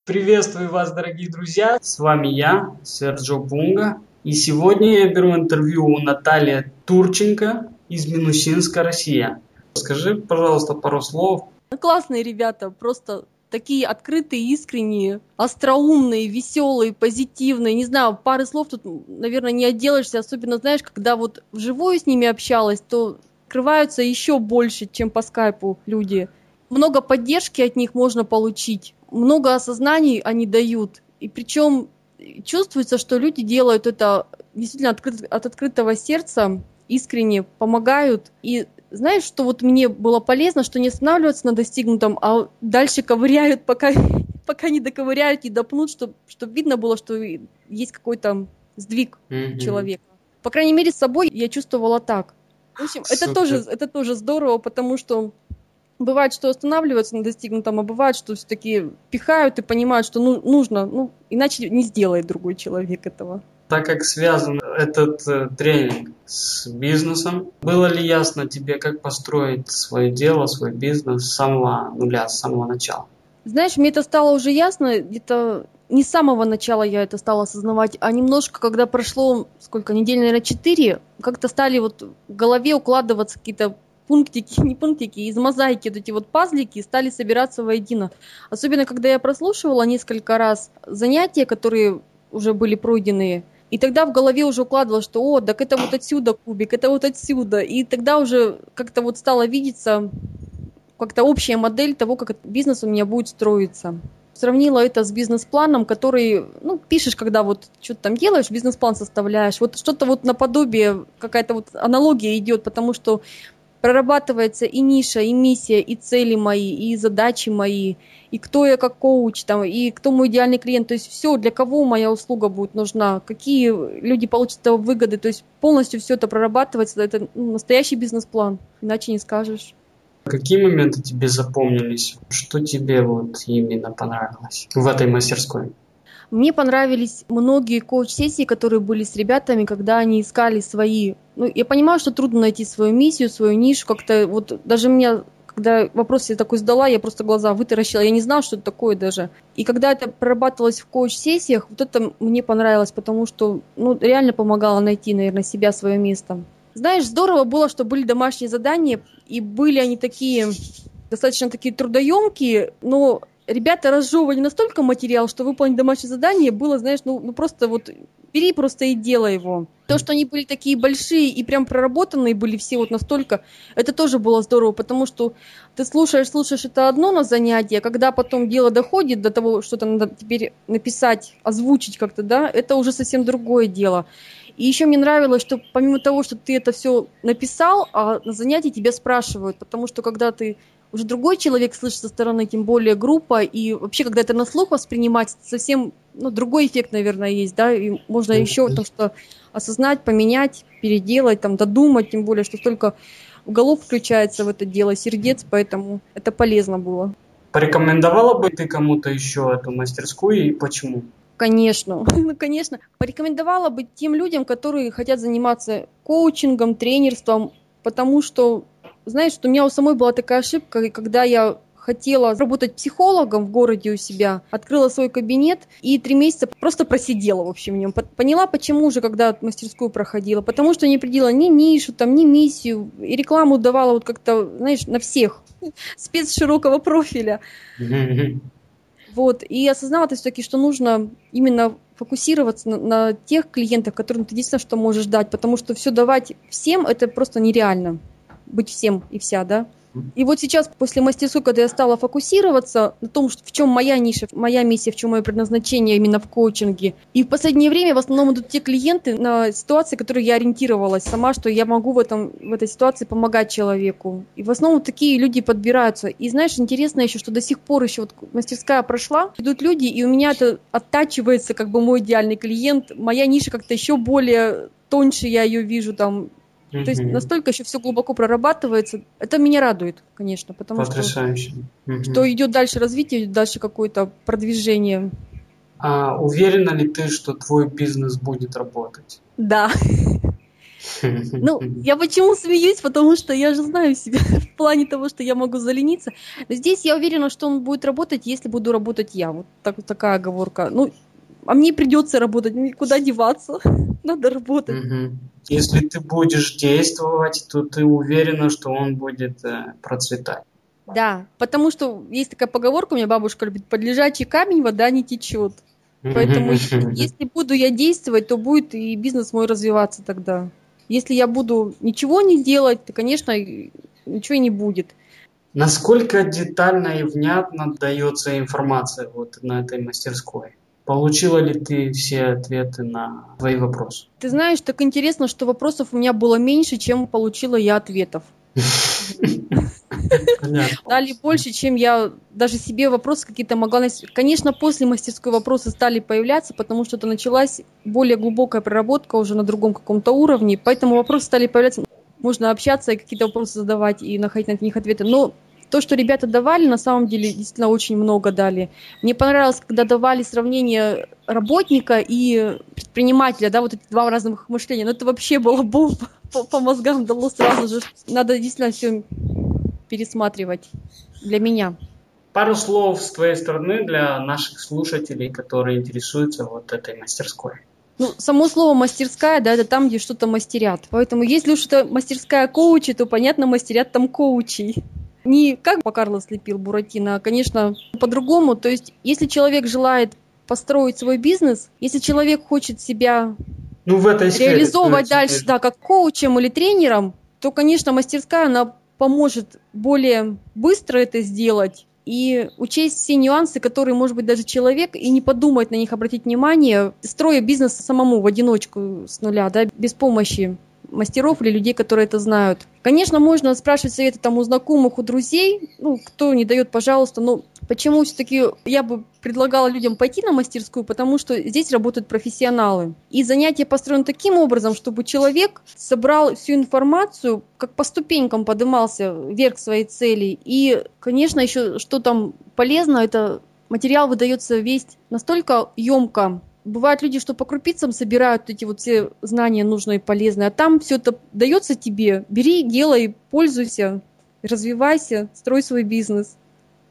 Приветствую вас, дорогие друзья! С вами я, Серджо Пунга. И сегодня я беру интервью у Натальи Турченко из Минусинска, Россия. Скажи, пожалуйста, пару слов. Классные ребята, просто такие открытые, искренние, остроумные, веселые, позитивные. Не знаю, пары слов тут, наверное, не отделаешься. Особенно, знаешь, когда вот вживую с ними общалась, то открываются еще больше, чем по скайпу люди. Много поддержки от них можно получить, много осознаний они дают. И причем чувствуется, что люди делают это действительно от открытого сердца, искренне помогают. И знаешь, что вот мне было полезно, что не останавливаться на достигнутом, а дальше ковыряют, пока не доковыряют, не допнут, чтобы видно было, что есть какой-то сдвиг у человека. По крайней мере, с собой я чувствовала так. В общем, это тоже здорово, потому что бывает, что останавливаются на достигнутом, а бывает, что все-таки пихают и понимают, что нужно, иначе не сделает другой человек этого. Так как связан этот тренинг с бизнесом, было ли ясно тебе, как построить свое дело, свой бизнес с самого нуля, с самого начала? Знаешь, мне это стало уже ясно, где-то не с самого начала я это стала осознавать, а немножко, когда прошло, недель, наверное, 4, как-то стали вот в голове укладываться какие-то пунктики, не пунктики, из мозаики вот эти вот пазлики стали собираться воедино. Особенно, когда я прослушивала несколько раз занятия, которые уже были пройденные, и тогда в голове уже укладывалось, что, так это вот отсюда кубик, это вот отсюда. И тогда уже как-то вот стало видеться как-то общая модель того, как бизнес у меня будет строиться. Сравнила это с бизнес-планом, который, пишешь, когда вот что-то там делаешь, бизнес-план составляешь. Вот что-то вот наподобие, какая-то вот аналогия идет, потому что прорабатывается и ниша, и миссия, и цели мои, и задачи мои, и кто я как коуч, там, и кто мой идеальный клиент. То есть все, для кого моя услуга будет нужна, какие люди получат этого выгоды. То есть полностью все это прорабатывается. Это настоящий бизнес-план, иначе не скажешь. Какие моменты тебе запомнились? Что тебе вот именно понравилось в этой мастерской? Мне понравились многие коуч-сессии, которые были с ребятами, когда они искали свои. Я понимаю, что трудно найти свою миссию, свою нишу. Как-то вот даже меня, когда вопрос я такой задала, я просто глаза вытаращила. Я не знала, что это такое даже. И когда это прорабатывалось в коуч-сессиях, вот это мне понравилось, потому что реально помогало найти, наверное, себя, свое место. Знаешь, здорово было, что были домашние задания, и были они такие, достаточно такие трудоемкие, но ребята разжевывали настолько материал, что выполнить домашнее задание было, знаешь, просто вот бери просто и делай его. То, что они были такие большие и прям проработанные были все вот настолько, это тоже было здорово, потому что ты слушаешь это одно на занятии, а когда потом дело доходит до того, что-то надо теперь написать, озвучить как-то, да, это уже совсем другое дело. И еще мне нравилось, что помимо того, что ты это все написал, а на занятии тебя спрашивают, потому что когда ты уже другой человек слышит со стороны, тем более группа, и вообще, когда это на слух воспринимать, совсем другой эффект, наверное, есть, да, и можно еще то, что осознать, поменять, переделать, там, додумать, тем более, что столько голов включается в это дело, сердец, поэтому это полезно было. Порекомендовала бы ты кому-то еще эту мастерскую и почему? Конечно, конечно. Порекомендовала бы тем людям, которые хотят заниматься коучингом, тренерством, потому что, знаешь, что у меня у самой была такая ошибка, когда я хотела работать психологом в городе у себя, открыла свой кабинет и 3 месяца просто просидела, в общем, в нем. Поняла, почему уже, когда мастерскую проходила. Потому что не определила ни нишу, там, ни миссию, и рекламу давала вот как-то, знаешь, на всех, спец широкого профиля. Вот, и осознала ты все-таки, что нужно именно фокусироваться на тех клиентах, которым ты действительно что можешь дать, потому что все давать всем, это просто нереально, быть всем и вся, да. И вот сейчас, после мастерской, когда я стала фокусироваться на том, в чем моя ниша, моя миссия, в чем мое предназначение именно в коучинге, и в последнее время в основном идут те клиенты на ситуации, в которые я ориентировалась сама, что я могу в этой ситуации помогать человеку. И в основном такие люди подбираются. И знаешь, интересно еще, что до сих пор еще вот мастерская прошла, идут люди, и у меня это оттачивается как бы мой идеальный клиент, моя ниша как-то еще более тоньше, я ее вижу там. То есть настолько еще все глубоко прорабатывается. Это меня радует, конечно, потому что идет дальше развитие, идет дальше какое-то продвижение. А уверена ли ты, что твой бизнес будет работать? Да. Ну, я почему смеюсь, потому что я же знаю себя в плане того, что я могу залениться. Но здесь я уверена, что он будет работать, если буду работать я. Вот такая оговорка. Ну, а мне придется работать, никуда деваться. Надо работать. Если ты будешь действовать, то ты уверена, что он будет процветать. Да, потому что есть такая поговорка, у меня бабушка любит: под лежачий камень вода не течет. Поэтому если буду я действовать, то будет и бизнес мой развиваться тогда. Если я буду ничего не делать, то, конечно, ничего и не будет. Насколько детально и внятно дается информация вот на этой мастерской? Получила ли ты все ответы на твои вопросы? Ты знаешь, так интересно, что вопросов у меня было меньше, чем получила я ответов. Понятно. Дали больше, чем я даже себе вопросы какие-то могла... Конечно, после мастерской вопросы стали появляться, потому что это началась более глубокая проработка уже на другом каком-то уровне, поэтому вопросы стали появляться. Можно общаться и какие-то вопросы задавать и находить на них ответы. Но то, что ребята давали, на самом деле действительно очень много дали. Мне понравилось, когда давали сравнение работника и предпринимателя, да, вот эти два разных мышления. Но это вообще было бомба, по мозгам дало сразу же. Надо действительно все пересматривать для меня. Пару слов с твоей стороны для наших слушателей, которые интересуются вот этой мастерской. Ну, само слово мастерская, да, это там, где что-то мастерят. Поэтому если уж это мастерская коучи, то, понятно, мастерят там коучей. Не как Карлос лепил Буратино, а, конечно, по-другому. То есть, если человек желает построить свой бизнес, если человек хочет себя в этой сфере реализовывать дальше, да, как коучем или тренером, то, конечно, мастерская, она поможет более быстро это сделать и учесть все нюансы, которые, может быть, даже человек и не подумает на них обратить внимание, строя бизнес самому в одиночку с нуля, да, без помощи мастеров или людей, которые это знают. Конечно, можно спрашивать советы там у знакомых, у друзей, кто не дает, пожалуйста, но почему все-таки я бы предлагала людям пойти на мастерскую, потому что здесь работают профессионалы. И занятие построено таким образом, чтобы человек собрал всю информацию, как по ступенькам поднимался вверх своей цели. И, конечно, еще что там полезно, это материал выдается весь настолько емко. Бывают люди, что по крупицам собирают эти вот все знания нужные и полезные, а там все это дается тебе. Бери, делай, пользуйся, развивайся, строй свой бизнес.